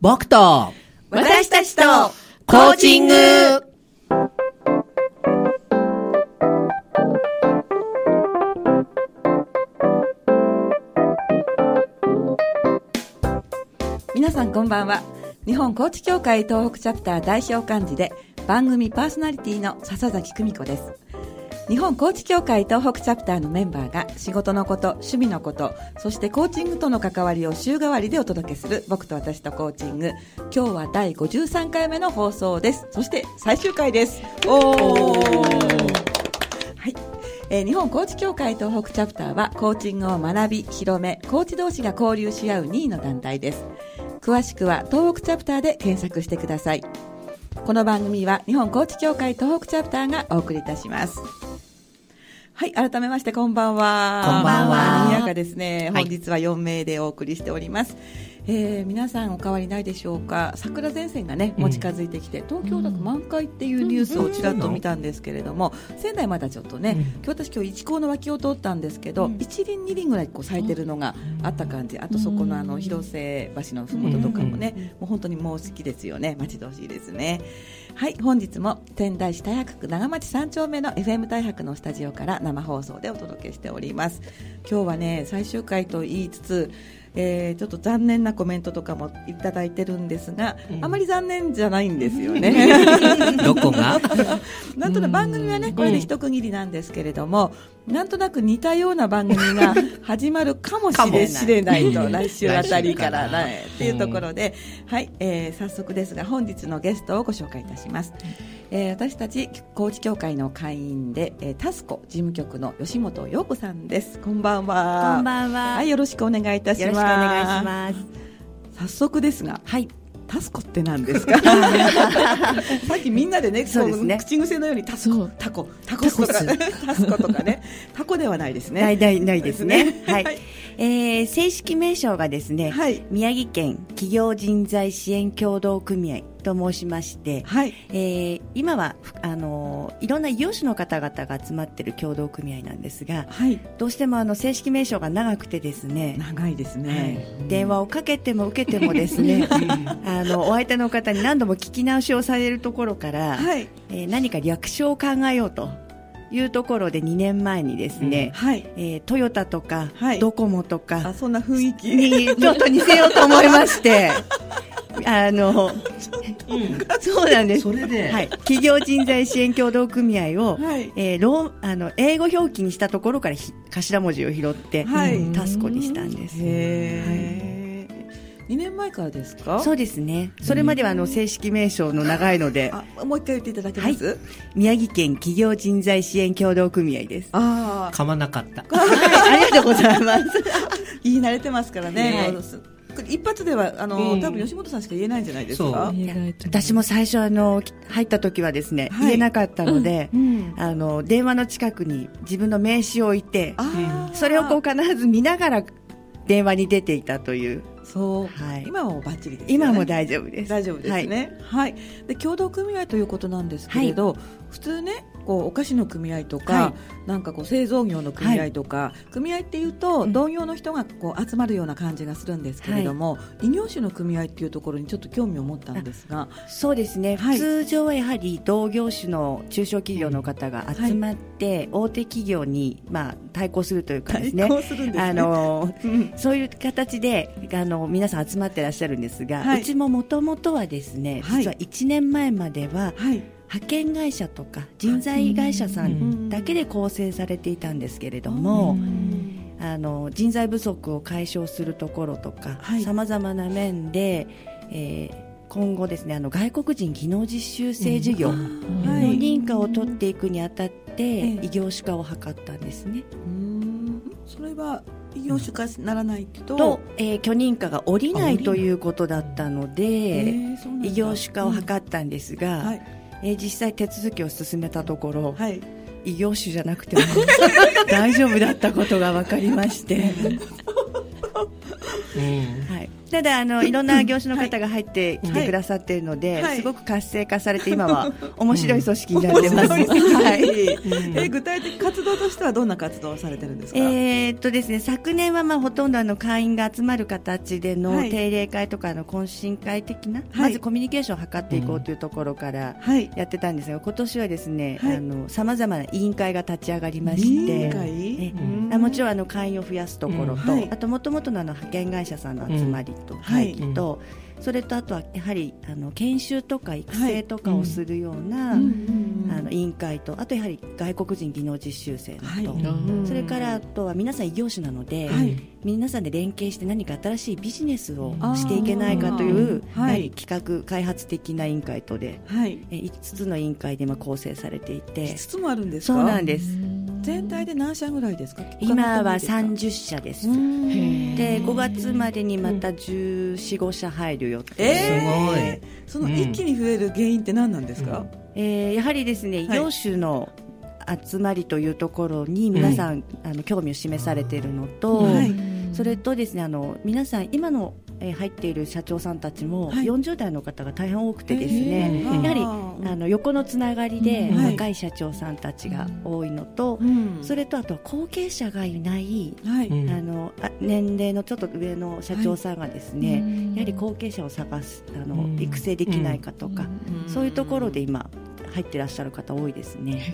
僕と私たちとコーチング。 皆さんこんばんは。日本コーチ協会東北チャプター代表幹事で番組パーソナリティの笹崎久美子です。日本コーチ協会東北チャプターのメンバーが仕事のこと、趣味のこと、そしてコーチングとの関わりを週替わりでお届けする僕と私とコーチング。今日は第53回目の放送です。そして最終回です。日本コーチ協会東北チャプターはコーチングを学び、広め、コーチ同士が交流し合う任意の団体です。詳しくは東北チャプターで検索してください。この番組は日本コーチ協会東北チャプターがお送りいたします。はい、改めましてこんばんは。 こんばんは。 賑やかですね。本日は4名でお送りしております。皆さんお変わりないでしょうか。桜前線がねもう近づいてきて、東京だと満開っていうニュースをちらっと見たんですけれども、仙台まだちょっとね、今日一高の脇を通ったんですけど、1輪2輪ぐらいこう咲いてるのがあった感じ。あとそこの広瀬橋のふもととかもね、もう本当にもう好きですよね。待ち遠しいですね。はい、本日も仙台市太白区長町3丁目の FM 太白のスタジオから生放送でお届けしております。今日はね最終回と言いつつ、ちょっと残念なコメントとかもいただいてるんですが、あまり残念じゃないんですよね。 どこがなんとなく番組はねこれで一区切りなんですけれども、なんとなく似たような番組が始まるかもしれないと来週あたりからっていうところで、はい、早速ですが本日のゲストをご紹介いたします。私たち高知協会の会員で、タスコ事務局の吉本陽子さんです。こんばんは。 こんばんは。 はい、よろしくお願いいたします。 よろしくお願いします。 早速ですが、 はい、 タスコって何ですか？さっきみんなでね、 そうですね、 口癖のようにタスコ、タコとかタスコとかね、タコではないですね。 ないですね。はい。正式名称がですね、はい、宮城県企業人材支援協同組合と申しまして、はい、今はいろんな異業種の方々が集まっている協同組合なんですが、はい、どうしても正式名称が長くてですね、 長いですね、 はい、電話をかけても受けてもですねお相手の方に何度も聞き直しをされるところから、はい、何か略称を考えようというところで2年前にですね、はい、トヨタとか、はい、ドコモとかそんな雰囲気にちょっと似せようと思いましてそうなんです。 それで、 はい、企業人材支援協同組合を、はい、英語表記にしたところから頭文字を拾って、はい、タスコにしたんです。 2年前からですか？ そうですね。それまでは正式名称の長いのでもう一回言っていただけます？はい、 宮城県企業人材支援協同組合です。 噛まなかった。 ありがとうございます。 言い慣れてますからね。一発では多分吉本さんしか言えないんじゃないですか？ 私も最初入った時はですね、言えなかったので、電話の近くに自分の名刺を置いて、それを必ず見ながら電話に出ていたという。 そう、はい、今はもうバッチリですよね。 今も大丈夫です。 大丈夫ですね。はい。で協同組合ということなんですけれど、普通ねお菓子の組合とか、なんか製造業の組合とか、組合っていうと同業の人が集まるような感じがするんですけれども、異業種の組合っていうところにちょっと興味を持ったんですが。 そうですね、通常はやはり同業種の中小企業の方が集まって、大手企業に対抗するというかですね、そういう形で皆さん集まってらっしゃるんですが、うちももともとはですね、実は1年前までは、派遣会社とか人材会社さんだけで構成されていたんですけれども、人材不足を解消するところとかさまざまな面で、今後ですね外国人技能実習生事業の認可を取っていくにあたって異業種化を図ったんですね。 それは異業種化ならないと、 許認可が下りないということだったので、異業種化を図ったんですが、実際手続きを進めたところ、異業種じゃなくても大丈夫だったことが分かりまして、 ただいろんな業種の方が入ってきてくださっているので、すごく活性化されて今は面白い組織になってます。 具体的活動としてはどんな活動をされてるんですか？ ですね、昨年はほとんど会員が集まる形での定例会とか懇親会的な、まずコミュニケーションを図っていこうというところからやってたんですが、今年はですね、さまざまな委員会が立ち上がりまして、もちろん会員を増やすところと、あともともとの派遣会社さんの集まりと会議と、それとあとはやはり研修とか育成とかをするような、委員会と、あとやはり外国人技能実習生のと、それからあとは皆さん異業種なので、皆さんで連携して何か新しいビジネスをしていけないかという、やはり企画開発的な委員会とで、5つの委員会で構成されていて。 5つもあるんですか？ そうなんです。 全体で何社ぐらいですか？ 今は30社です。で5月までにまた14、15社入るよって。 すごい。その一気に増える原因って何なんですか？ やはりですね、異業種の集まりというところに皆さん、興味を示されているのと、それとですね、皆さん今の入っている社長さんたちも40代の方が大変多くてですね、やはり横のつながりで若い社長さんたちが多いのと、それとあとは後継者がいない、年齢のちょっと上の社長さんがですね、やはり後継者を探す育成できないかとか、そういうところで今入ってらっしゃる方多いですね。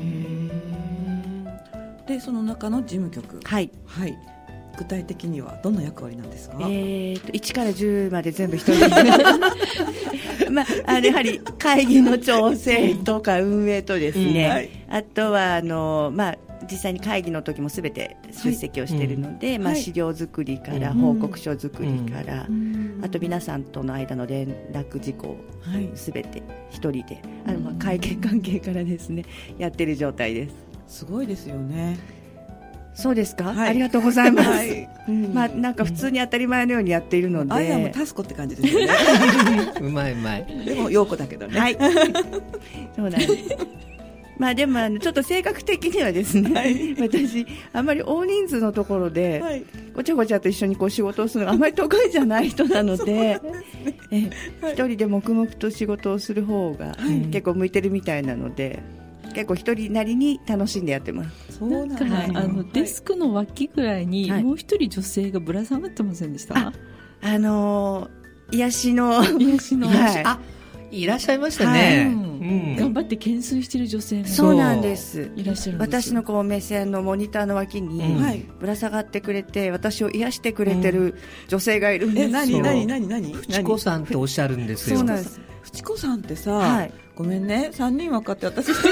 でその中の事務局、具体的にはどんな役割なんですか ？1から10まで全部一人でやはり会議の調整とか運営とですね、あとは実際に会議の時もすべて出席をしているので、資料作りから報告書作りから、あと皆さんとの間の連絡事項すべて一人で、会計関係からですねやっている状態です。 すごいですよね。 そうですか、ありがとうございます。なんか普通に当たり前のようにやっているので、 あやもタスコって感じですよね。 うまいうまい。 でも陽子だけどね。 そうなんです。でもちょっと性格的にはですね、私あまり大人数のところでごちゃごちゃと一緒に仕事をするのがあまり得意じゃない人なので、一人で黙々と仕事をする方が結構向いてるみたいなので、結構一人なりに楽しんでやってます。 そうなんかデスクの脇ぐらいにもう一人女性がぶら下がってませんでした？ 癒しのいらっしゃいましたね。 頑張って懸垂してる女性がそうなんです。 いらっしゃるんです。 私の目線のモニターの脇にぶら下がってくれて、私を癒してくれてる女性がいるんです。 何フチコさんっておっしゃるんですよ。 そうなんです。 フチコさんってさ、ごめんね、3人分かって私一人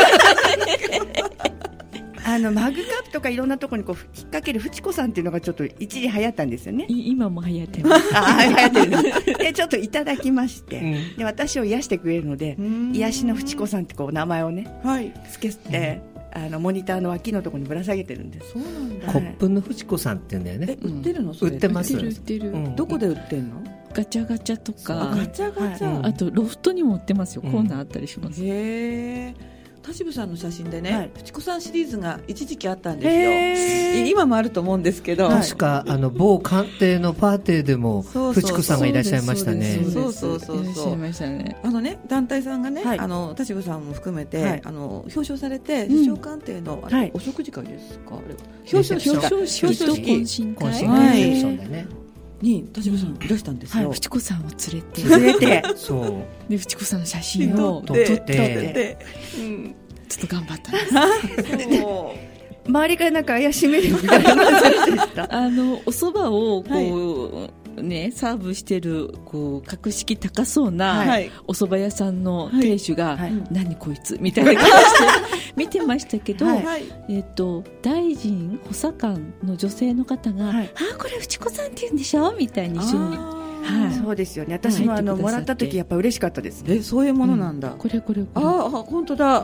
マグカップとかいろんなところに引っ掛けるフチコさんっていうのがちょっと一時流行ったんですよね。 今も流行ってます。 流行ってる。でちょっといただきまして、で私を癒してくれるので、癒しのフチコさんって名前をね、つけて、モニターの脇のところにぶら下げてるんです。 そうなんだ。 コップのフチコさんって言うんだよね。 売ってるの？ 売ってます。 売ってる。 どこで売ってんの？ ガチャガチャとか、 ガチャガチャ、 あとロフトにも売ってますよ。コーナーあったりします。 へー。田渋さんの写真でね、フチコさんシリーズが一時期あったんですよ。今もあると思うんですけど、 確か某官邸のパーティーでもフチコさんがいらっしゃいましたね。 そういらっしゃいましたね。 団体さんがね、田渋さんも含めて表彰されて、首相官邸のお食事会ですか？ 表彰式と懇親会に田渋さんいらしたんですよ。 フチコさんを連れてそうでフチコさんの写真を撮ってちょっと頑張ったんです。 周りからなんか怪しめるみたいな感じでした。 お蕎麦をサーブしてる格式高そうなお蕎麦屋さんの亭主が、何こいつみたいな感じで見てましたけど、大臣補佐官の女性の方が、これフチコさんって言うんでしょみたいに一緒に。 そうですよね。私ももらった時やっぱ嬉しかったですね。 そういうものなんだ。 これ本当だ。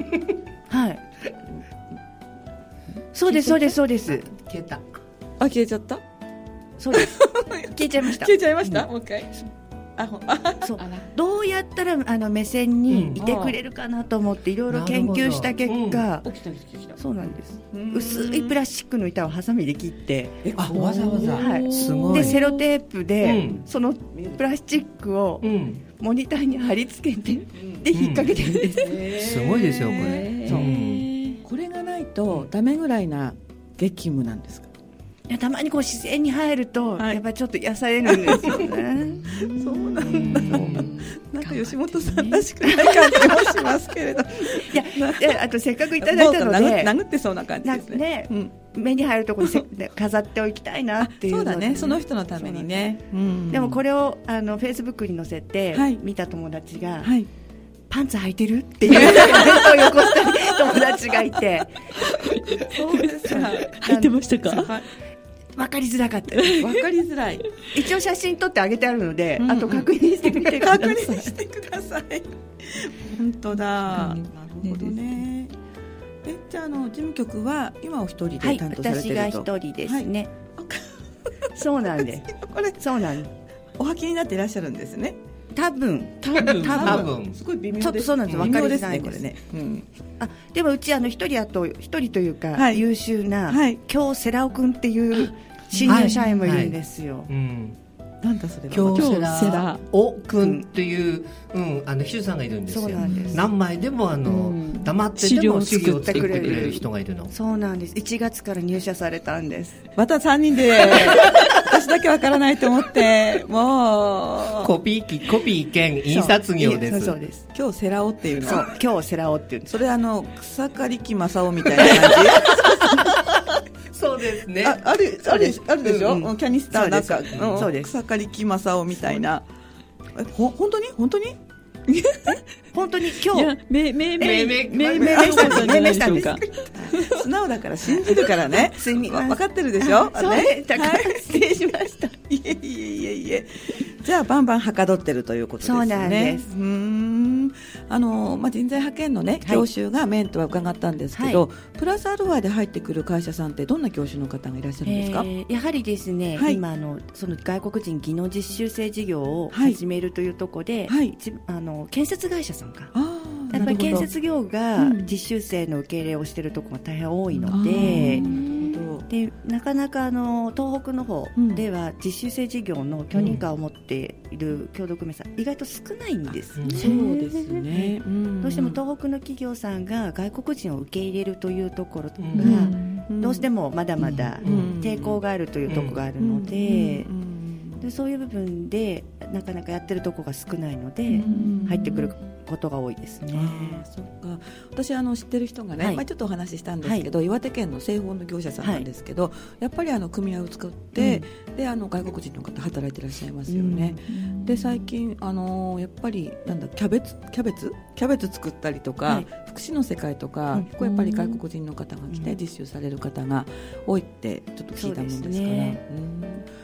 そうです。 消えた。 消えちゃった。 そうです。消えちゃいました。 消えちゃいました。もう一回。 そうどうやったら目線にいてくれるかなと思っていろいろ研究した結果、そうなんです。薄いプラスチックの板をハサミで切って、 わざわざ、 はい、すごい。でセロテープで、そのプラスチックをモニターに貼り付けて、で引っ掛けてるんです。 すごいですよこれ。 これがないとダメぐらいな激務なんですか？ いやたまにこう自然に入ると、やっぱりちょっと癒されるんですよね。 そうなんだ。なんか吉本さんらしくない感じもしますけれど。 いやあとせっかくいただいたので殴ってそうな感じですね。 目に入るところに飾っておきたいなっていうので、 そうだね、その人のためにね。 でもこれをフェイスブックに載せて見た友達が、パンツ履いてるっていうコメントをよこした友達がいて、 そうですか。 履いてましたか？ 分かりづらかった。 分かりづらい。 一応写真撮ってあげてあるので、あと確認してみてください。 確認してください。本当だ。なるほどね。じゃあ事務局は今お一人で担当されていると？ 私が一人ですね。そうなんです。 これそうなんです。 お履きになっていらっしゃるんですね。 多分すごい微妙です。ちょっとそうなんです。分かりづらいですね。でもうち一人というか優秀な京セラオくんっていう新入社員もいるんですよ。 なんだそれは。 京セラオくんっていう秘書さんがいるんですよ。何枚でも黙ってでも資料を作ってくれる人がいるの。 そうなんです。1月から入社されたんです。 また3人で私だけわからないと思って、もうコピー兼印刷業です。 そうです。 今日セラオっていうの。 今日セラオっていうの。 それ草刈木正雄みたいな感じ。 そうですね。 あるでしょ。キャニスターなんかそうです。 草刈木正雄みたいな。本当に本当に今日命名したんです。 素直だから信じるからね。分かってるでしょ。 そうね。だから失礼しました。 いえ。じゃあバンバンはかどってるということですね。 そうなんです。 人材派遣のね業種がメインとは伺ったんですけど、プラスアルファで入ってくる会社さんってどんな業種の方がいらっしゃるんですか？ やはりですね、今その外国人技能実習生事業を始めるというところで、建設会社さんがやっぱり建設業が実習生の受け入れをしているところが大変多いので、なかなか東北の方では実習生事業の許認可を持っている協同組合さん意外と少ないんですね。 そうですね。 どうしても東北の企業さんが外国人を受け入れるというところがどうしてもまだまだ抵抗があるというところがあるので、そういう部分でなかなかやってるところが少ないので入ってくることが多いですね。 そうか。私知ってる人がね、ちょっとお話ししたんですけど、岩手県の製法の業者さんなんですけど、やっぱり組合を作って、で外国人の方働いていらっしゃいますよね。で最近やっぱりキャベツ作ったりとか、福祉の世界とか、結構やっぱり外国人の方が来て実習される方が多いってちょっと聞いたもんですから。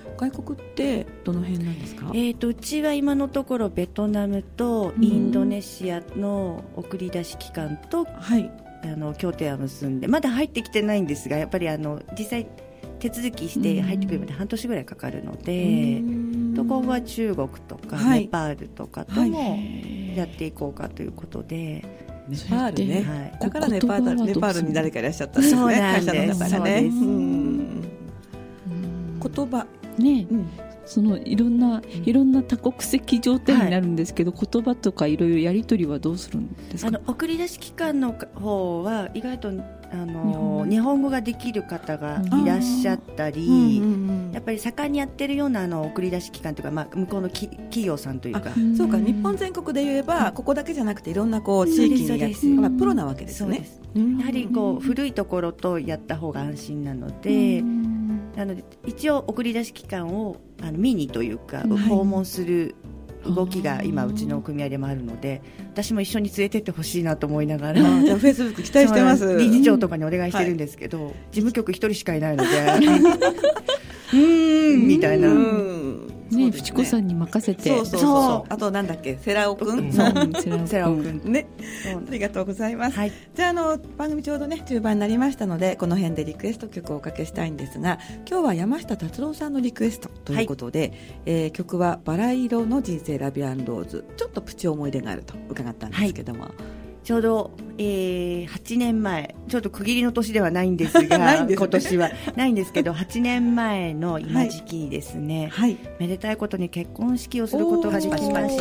外国ってどの辺なんですか？ うちは今のところベトナムとインドネシアの送り出し機関と、協定を結んでまだ入ってきてないんですが、やっぱり実際手続きして入ってくるまで半年ぐらいかかるので、ここは中国とかネパールとかともやっていこうかということで。 ネパールね、だからネパールに誰かいらっしゃったんですね。 そうなんです。 会社の中がね。言葉ね、そのいろんな多国籍状態になるんですけど、言葉とかいろいろやり取りはどうするんですか？ 送り出し機関の方は意外と日本語ができる方がいらっしゃったり、やっぱり盛んにやってるような送り出し機関というか、向こうの企業さんというか、 そうか、日本全国で言えばここだけじゃなくていろんな地域にやってプロなわけですね。 やはり古いところとやった方が安心なので、一応送り出し機関を見にというか訪問する動きが今うちの組合でもあるので、私も一緒に連れてってほしいなと思いながら、 じゃあフェイスブック期待してます。 理事長とかにお願いしてるんですけど、事務局一人しかいないのでみたいな。 ね、フチコさんに任せて。 そう。あとなんだっけ、セラオくん。 セラオくんね。ありがとうございます。じゃあ番組ちょうどね中盤になりましたので、この辺でリクエスト曲をおかけしたいんですが、今日は山下達郎さんのリクエストということで、曲はバラ色の人生ラビアンローズ。ちょっとプチ思い出があると伺ったんですけども。 ちょうど、8年前、ちょっと区切りの年ではないんですが、今年はないんですけど、8年前の今時期にですね、めでたいことに結婚式をすることができまして、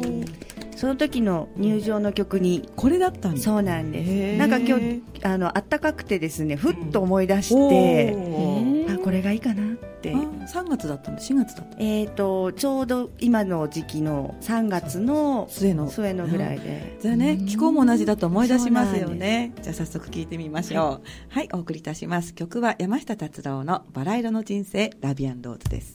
その時の入場の曲にこれだったんです。 そうなんです。なんか今日あったかくてですね、ふっと思い出して、これがいいかなって。 3月だったんで4月だった。 ちょうど今の時期の3月の末のぐらいで。 じゃあね、気候も同じだと思い出しますよね。じゃあ早速聞いてみましょう。はい、お送りいたします。曲は山下達郎のバラ色の人生ラビアンローズです。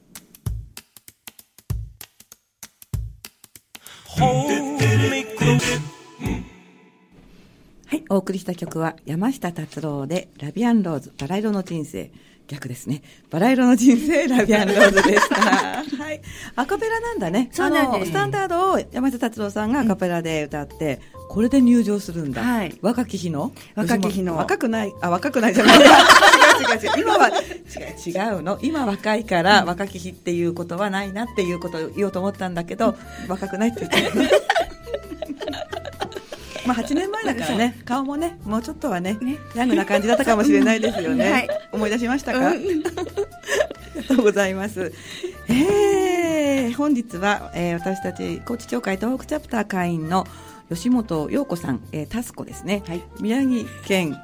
はい、お送りした曲は山下達郎でラビアンローズバラ色の人生、逆ですね、バラ色の人生ラビアンローズでしたはい、アカペラなんだね。 そうなんです。 スタンダードを山下達郎さんがアカペラで歌って、これで入場するんだ。若き日の若くないじゃない違う今は違うの。今若いから若き日っていうことはないなっていうことを言おうと思ったんだけど、若くないって言ってるまあ8年前だからね、顔もねもうちょっとはねヤングな感じだったかもしれないですよね、思い出しましたか、ありがとうございます。本日は、私たち高知協会東北チャプター会員の吉本陽子さん、タスコですね、宮城県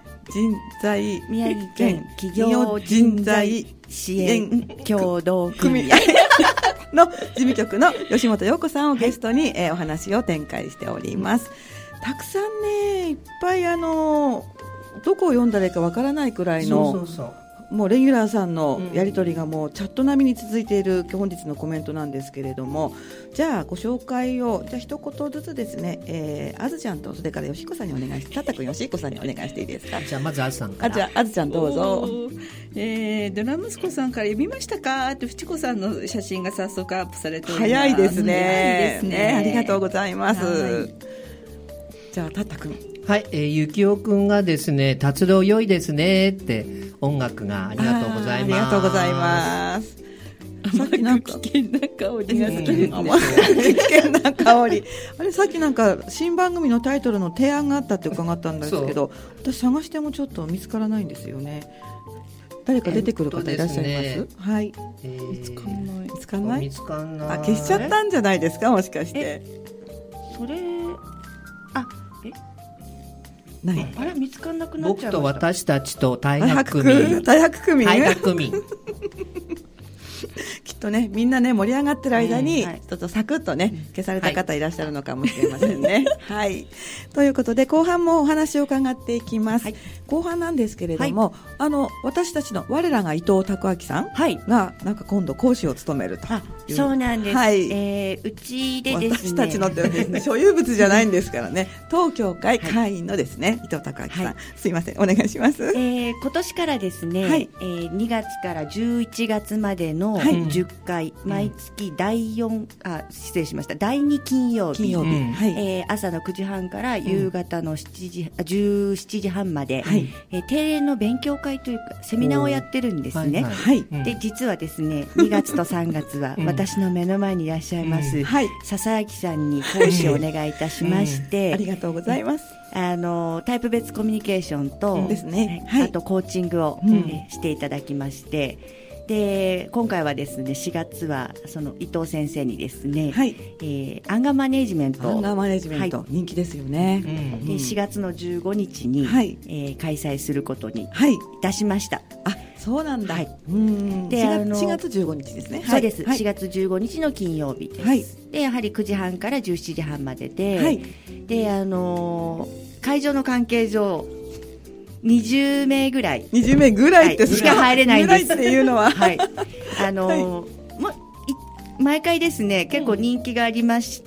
企業人材支援協同組合の事務局の吉本陽子さんをゲストに、お話を展開しております。たくさんね、いっぱいどこを読んだらいいかわからないくらいのもうレギュラーさんのやり取りがもうチャット並みに続いている本日のコメントなんですけれども、じゃあご紹介を一言ずつですね、あずちゃんとそれからよしこさんにお願いして、たったくんよしこさんにお願いしていいですか。 じゃあまずあずさんから。 じゃああずちゃんどうぞ。 ドラ息子さんから読みましたかってふちこさんの写真が早速アップされております。 早いですね。ありがとうございます。じゃあたったくん。 はい、ゆきおくんがですね、達郎良いですねって音楽がありがとうございます。 ありがとうございます。 さっきなんか危険な香りが好きですね。 危険な香り。あれさっきなんか新番組のタイトルの提案があったって伺ったんですけど、私探してもちょっと見つからないんですよね。誰か出てくる方いらっしゃいます？はい。 見つかんない。 見つかんない。見つかんない。 消しちゃったんじゃないですか、もしかして。 それない。 あれ見つかんなくなっちゃいました。 僕と私たちと大白組きっとね、みんなね盛り上がってる間に、ちょっとサクッとね消された方いらっしゃるのかもしれませんね。はい。ということで後半もお話を伺っていきます。後半なんですけれども、私たちの我らが伊藤拓明さんがなんか今度講師を務めると。 そうなんです。うちでですね、 私たちのって所有物じゃないんですからね。当協会会員のですね、伊藤拓明さん、すいませんお願いします。 今年からですね、2月から11月までの10回、毎月第2金曜日、朝の9時半から夕方の17時半まで、定例の勉強会というかセミナーをやってるんですね。で実はですね、2月と3月は私の目の前にいらっしゃいます笹明さんに講師をお願いいたしましてありがとうございます。 タイプ別コミュニケーションとですね、あとコーチングをしていただきまして、で今回はですね、4月はその伊藤先生にですね、アンガーマネジメント人気ですよね。 で4月の15日に、開催することにいたしました。 そうなんだ。で4月15日ですね。 そうです。4月15日の金曜日です。でやはり9時半から17時半までで、で会場の関係上20名ぐらいってしか入れないんです。 っていうのは毎回ですね、結構人気がありまして、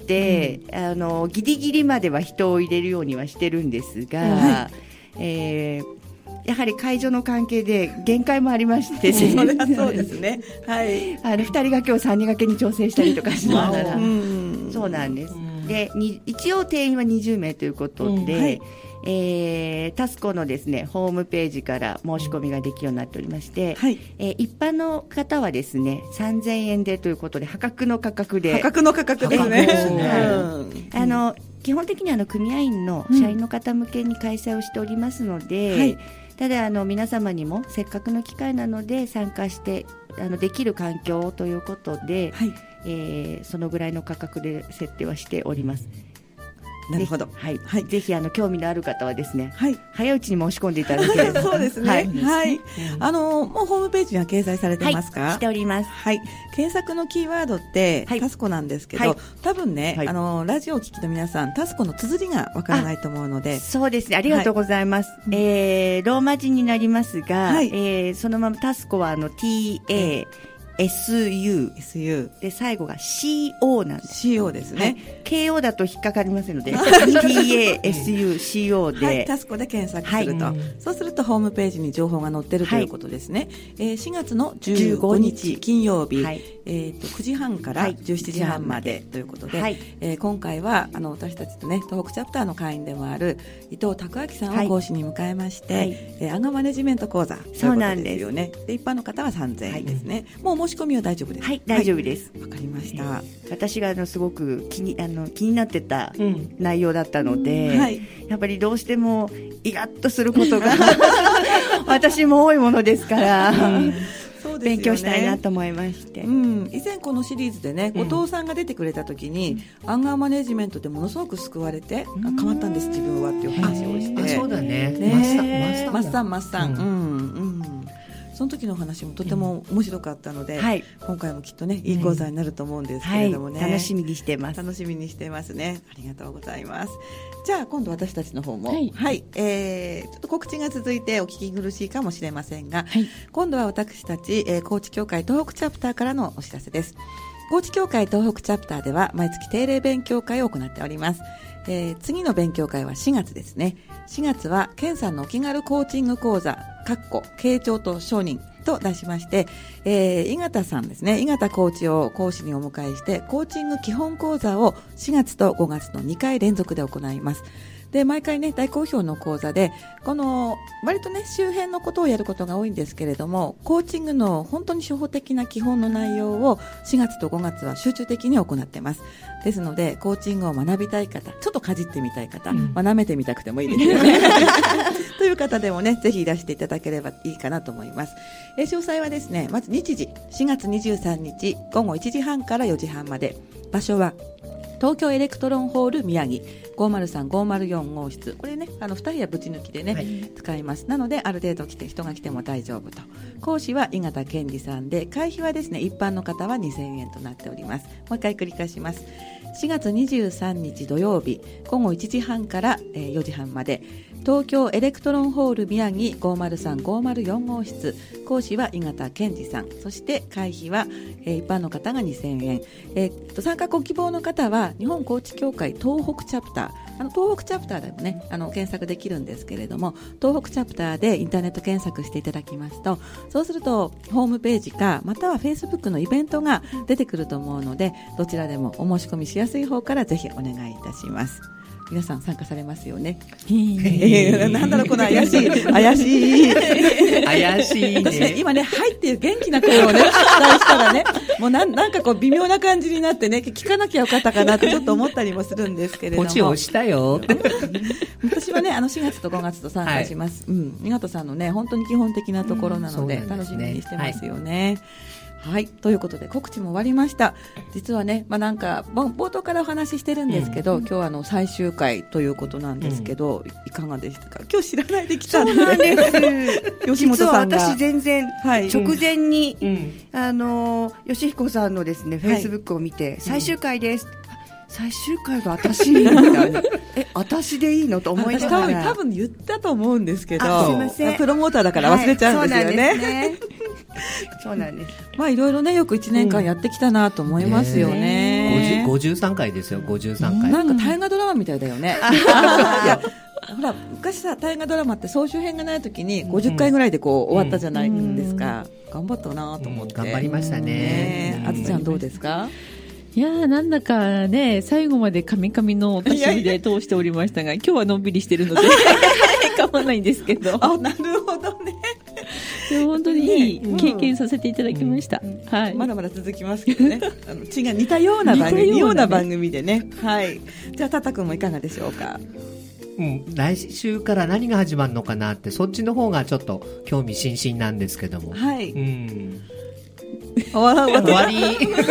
ギリギリまでは人を入れるようにはしてるんですが、 やはり会場の関係で限界もありましてそれはそうですね、はい、 2人掛けを3人掛けに調整したりとかしながらそうなんです。で一応定員は20名ということで、タスコのですねホームページから申し込みができるようになっておりまして、はい、一般の方はですね3000円でということで破格の価格でですね、 基本的に組合員の社員の方向けに開催をしておりますので、はい、ただ皆様にもせっかくの機会なので参加してできる環境ということで、はい、そのぐらいの価格で設定はしております。 なるほど、 はいはい、ぜひ興味のある方はですね、はい、早いうちに申し込んでいただければそうですね、はいはい、もうホームページには掲載されてますか？ はい、しております、 はい、検索のキーワードって、はい、タスコなんですけど、はい、多分ね、はい、ラジオを聞きの皆さんタスコの綴りがわからないと思うので。 そうですね、ありがとうございます、はい、ローマ字になりますが、はい、そのままタスコはTASU で最後が CO なんです。 CO ですね、はい、 KO だと引っかかりませんのでTASUCO で、 はい、タスコで検索すると、はい、そうするとホームページに情報が載ってるということですね、はい、4月の15日金曜日、はい、9時半から17時半までということで、はい、今回は私たちとね東北チャプターの会員でもある伊藤拓明さんを講師に迎えまして、はい、アンガーマネジメント講座ということですよね。で一般の方は3000円ですね、はい、もう申し込みは大丈夫ですか？ はい、大丈夫です。 わかりました。 私がすごく気になってた内容だったので、はい、やっぱりどうしてもイラッとすることが私も多いものですから、そうですよね、勉強したいなと思いまして、 以前このシリーズでね後藤さんが出てくれた時に、アンガーマネジメントでものすごく救われて変わったんです自分はっていう話をして、 そうだね、 マッサン、その時の話もとても面白かったので、はい、今回もきっとねいい講座になると思うんですけれどもね、 はい、楽しみにしてます。 楽しみにしてますね。ありがとうございます。じゃあ今度私たちの方も、はいはい、ちょっと告知が続いてお聞き苦しいかもしれませんが、はい、今度は私たち、高知協会東北チャプターからのお知らせです。高知協会東北チャプターでは毎月定例勉強会を行っております。次の勉強会は4月ですね。4月は健さんのお気軽コーチング講座傾聴と承認と題しまして、井形さんですね、井形コーチを講師にお迎えしてコーチング基本講座を4月と5月の2回連続で行います。で毎回ね大好評の講座で割とね周辺のことをやることが多いんですけれども、コーチングの本当に初歩的な基本の内容を4月と5月は集中的に行っています。ですのでコーチングを学びたい方、ちょっとかじってみたい方、舐めてみたくてもいいですよねという方でもねぜひいらしていただければいいかなと思います。詳細はですね、まず日時4月23日午後1時半から4時半まで、場所は東京エレクトロンホール宮城503、504号室、これね2部屋ぶち抜きでね、はい、使います。なのである程度人が来ても大丈夫と。講師は井形健二さんで、会費はですね一般の方は2000円となっております。もう一回繰り返します。4月23日土曜日午後1時半から4時半まで、東京エレクトロンホール宮城503、504号室、講師は井形健二さん、そして会費は、一般の方が2000円、参加ご希望の方は日本コーチ協会東北チャプター、東北チャプターでもね検索できるんですけれども、東北チャプターでインターネット検索していただきますと、そうするとホームページかまたはフェイスブックのイベントが出てくると思うので、どちらでもお申し込みしやすい方からぜひお願いいたします。皆さん参加されますよね。なんだろうこの怪しい怪しいね。 私ね今ねはいっていう元気な声をね期待したらねもうなんかこう微妙な感じになってね聞かなきゃよかったかなってちょっと思ったりもするんですけれども。 ポチ押したよ。 私はね4月と5月と参加します。井形さんのね本当に基本的なところなので、楽しみにしてますよね。はい、ということで告知も終わりました。実はね、なんか冒頭からお話ししてるんですけど、今日は最終回ということなんですけど、いかがでしたか？今日知らないで来たんで。 そうなんです吉本さんが実は私全然直前に、吉彦さんのですねフェイスブックを見て、最終回です、最終回が私みたいな私でいいのと思いながら多分言ったと思うんですけど、すいません、プロモーターだから忘れちゃうんですよね。 そうなんです。 いろいろねよく1年間やってきたなと思いますよね。 53回ですよ、53回。 なんか大河ドラマみたいだよね。 ほら昔さ大河ドラマって総集編がない時に50回ぐらいでこう終わったじゃないですか、頑張ったなと思って、 頑張りましたね。 あずちゃんどうですか？ いやなんだかね最後までカミカミのお年寄りで通しておりましたが今日はのんびりしてるので構わないんですけどあ、なるほどね。 でも本当にいい経験させていただきました、はい、 まだまだ続きますけどね違う似たような番組、番組でね、はい、じゃあタタ君もいかがでしょうか？ 来週から何が始まるのかなってそっちの方がちょっと興味津々なんですけども、 はい、 終わり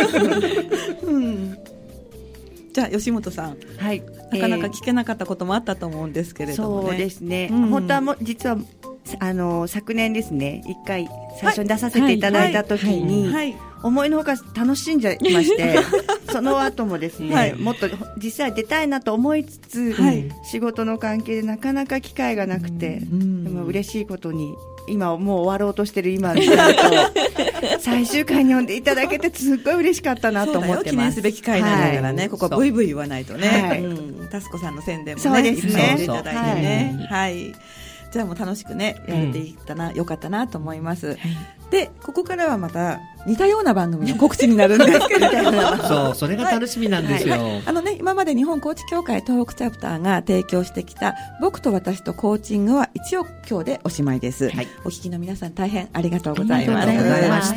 じゃあ吉本さん、はい、なかなか聞けなかったこともあったと思うんですけれどもね。 そうですね、本当はもう実は昨年ですね一回最初に出させていただいた時に思いのほか楽しんじゃいましてその後もですね、もっと実際出たいなと思いつつ、仕事の関係でなかなか機会がなくて、でも嬉しいことに今もう終わろうとしてる今になると最終回に読んでいただけてすっごい嬉しかったなと思ってます。 記念すべき回なんだからね、ここはブイブイ言わないとね、タスコさんの宣伝もね、 そうですね、 いっぱいしていただいてね、はい、じゃあもう楽しくねやれていったな、よかったなと思います、でここからはまた似たような番組の告知になるんですけれどもそれが楽しみなんですよ、 今まで日本コーチ協会東北チャプターが提供してきた僕と私とコーチングは一応今日でおしまいです、お聞きの皆さん大変ありがとうございます。 ありがとうございました。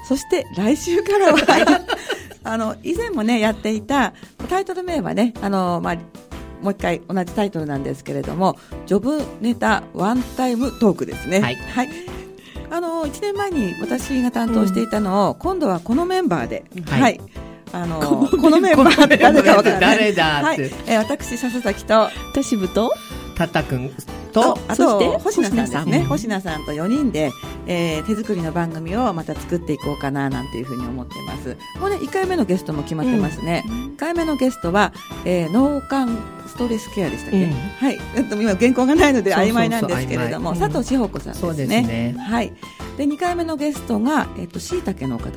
そして来週からは以前もねやっていたタイトル名はねもう一回同じタイトルなんですけれどもジョブネタワンタイムトークですね。はい、1年前に私が担当していたのを、今度はこのメンバーで、このメンバーで誰か分からない誰だって、 私笹崎と田渋とタタ君とあと星名さんですね。星名さんと4人で、手作りの番組をまた作っていこうかななんていうふうに思っています。もうね1回目のゲストも決まってますね、1回目のゲストは、脳幹ストレスケアでしたっけ、はい、今原稿がないので曖昧なんですけれども、佐藤志保子さんですね。そうですね、はい、で2回目のゲストがしいたけの方、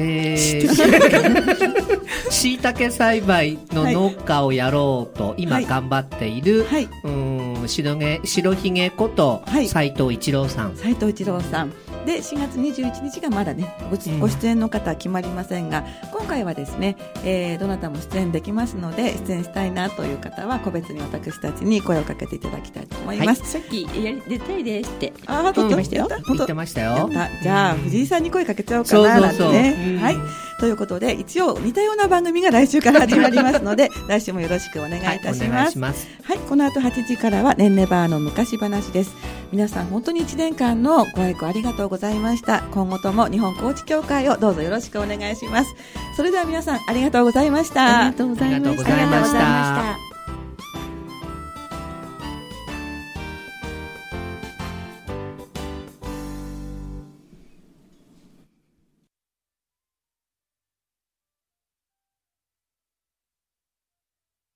しいたけ栽培の農家をやろうと今頑張っている、白ひげこと斉藤一郎さん、 斉藤一郎さんで4月21日がまだねご出演の方は決まりませんが、今回はですね、どなたも出演できますので出演したいなという方は個別に私たちに声をかけていただきたいと思います、 さっき出たいですって言ってましたよ。 言ってましたよ。 じゃあ藤井さんに声かけちゃおうかななんてね、はい、ということで一応似たような番組が来週から始まりますので来週もよろしくお願いいたします。はい、この後8時からはねんねバーの昔話です。皆さん本当に1年間のご愛顧ありがとうございました。今後とも日本コーチ協会をどうぞよろしくお願いします。それでは皆さんありがとうございました。 ありがとうございました。